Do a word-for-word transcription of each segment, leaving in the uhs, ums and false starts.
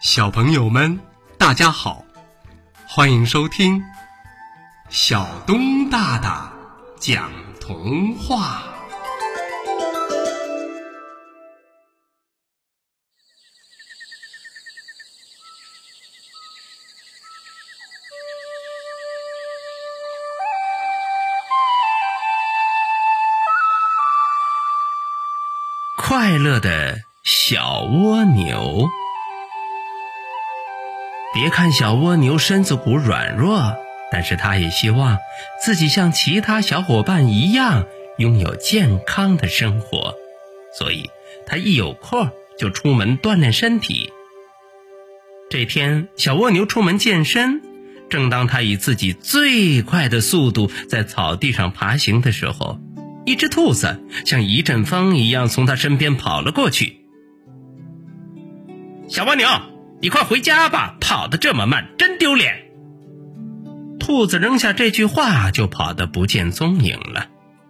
小朋友们，大家好，欢迎收听小东大大讲童话。快乐的小蜗牛。别看小蜗牛身子骨软弱，但是它也希望自己像其他小伙伴一样拥有健康的生活，所以它一有空就出门锻炼身体。这天，小蜗牛出门健身，正当它以自己最快的速度在草地上爬行的时候，一只兔子像一阵风一样从它身边跑了过去。小蜗牛，你快回家吧，跑得这么慢，真丢脸。兔子扔下这句话就跑得不见踪影了。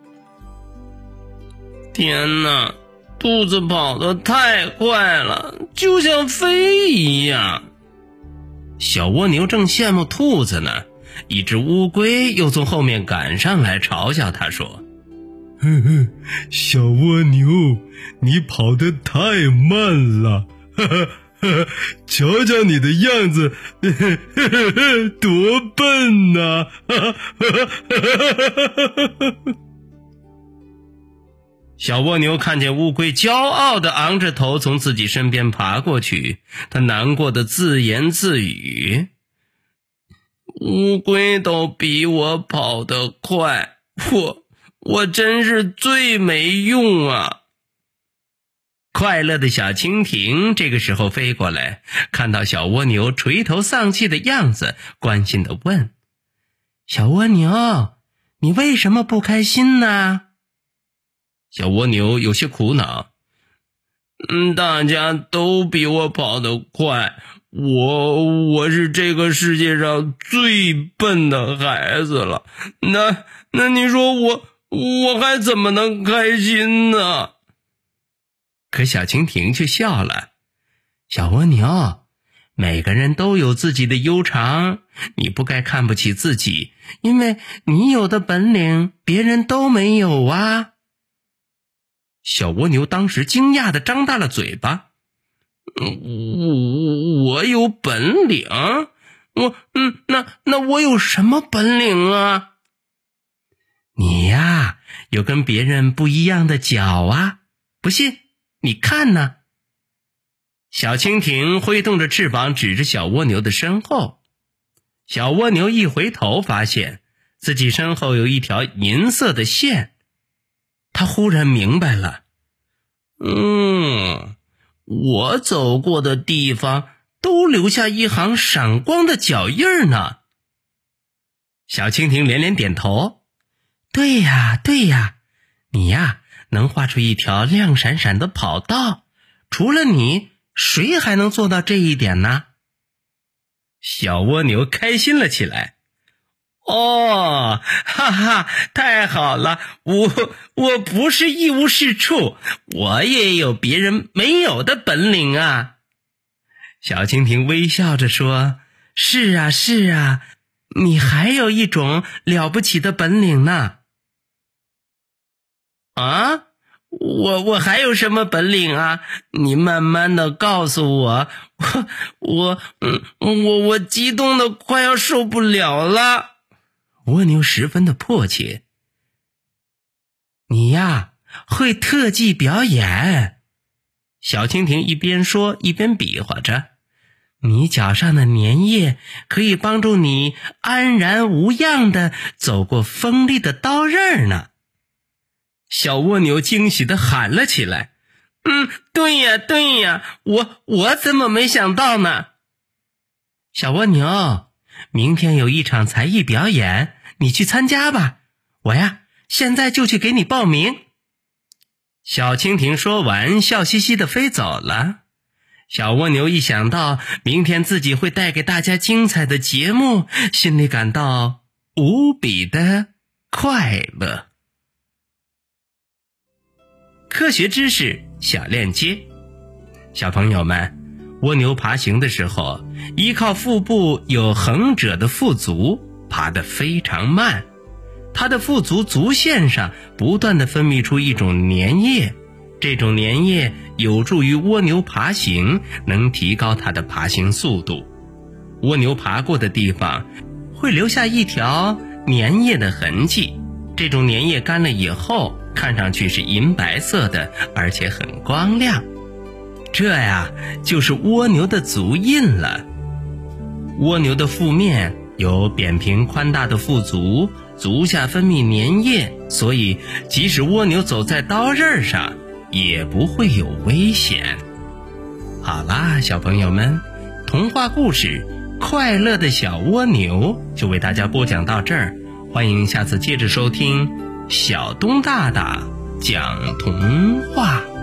天哪，兔子跑得太快了，就像飞一样。小蜗牛正羡慕兔子呢，一只乌龟又从后面赶上来嘲笑它说， 哼哼，小蜗牛，你跑得太慢了，哈哈。瞧瞧你的样子，呵呵呵呵多笨呐！ 小蜗牛看见乌龟骄傲地昂着头从自己身边爬过去，他难过的自言自语，乌龟都比我跑得快，我我真是最没用啊。快乐的小蜻蜓这个时候飞过来，看到小蜗牛垂头丧气的样子，关心地问，小蜗牛，你为什么不开心呢？小蜗牛有些苦恼，嗯，大家都比我跑得快，我我是这个世界上最笨的孩子了，那那你说我我还怎么能开心呢？可小蜻蜓却笑了，小蜗牛，每个人都有自己的优长，你不该看不起自己，因为你有的本领别人都没有啊。小蜗牛当时惊讶地张大了嘴巴，我我有本领？我嗯，那那我有什么本领啊？你呀，有跟别人不一样的脚啊，不信你看呢？小蜻蜓挥动着翅膀指着小蜗牛的身后，小蜗牛一回头发现自己身后有一条银色的线，他忽然明白了，嗯，我走过的地方都留下一行闪光的脚印呢。小蜻蜓连连点头，对呀对呀，你呀能画出一条亮闪闪的跑道，除了你，谁还能做到这一点呢？小蜗牛开心了起来，哦，哈哈，太好了，我我不是一无是处，我也有别人没有的本领啊。小蜻蜓微笑着说，是啊是啊，你还有一种了不起的本领呢。啊，我我还有什么本领啊？你慢慢的告诉我，我我嗯我我激动的快要受不了了。蜗牛十分的迫切。你呀，会特技表演。小蜻蜓一边说一边比划着，你脚上的粘液可以帮助你安然无恙的走过锋利的刀刃呢。小蜗牛惊喜地喊了起来，嗯，对呀对呀，我我怎么没想到呢？小蜗牛，明天有一场才艺表演，你去参加吧，我呀现在就去给你报名。小蜻蜓说完，笑嘻嘻地飞走了。小蜗牛一想到明天自己会带给大家精彩的节目，心里感到无比的快乐。科学知识小链接，小朋友们， 蜗牛爬行的时候，依靠腹部有横赭的腹足，爬得非常慢。它的腹足足线上不断地分泌出一种粘液，这种粘液有助于蜗牛爬行，能提高它的爬行速度。蜗牛爬过的地方会留下一条粘液的痕迹，这种粘液干了以后，看上去是银白色的，而且很光亮。这呀，就是蜗牛的足印了。蜗牛的腹面有扁平宽大的腹足，足下分泌粘液，所以即使蜗牛走在刀刃上，也不会有危险。好啦，小朋友们，童话故事《快乐的小蜗牛》就为大家播讲到这儿，欢迎下次接着收听小东大大讲童话。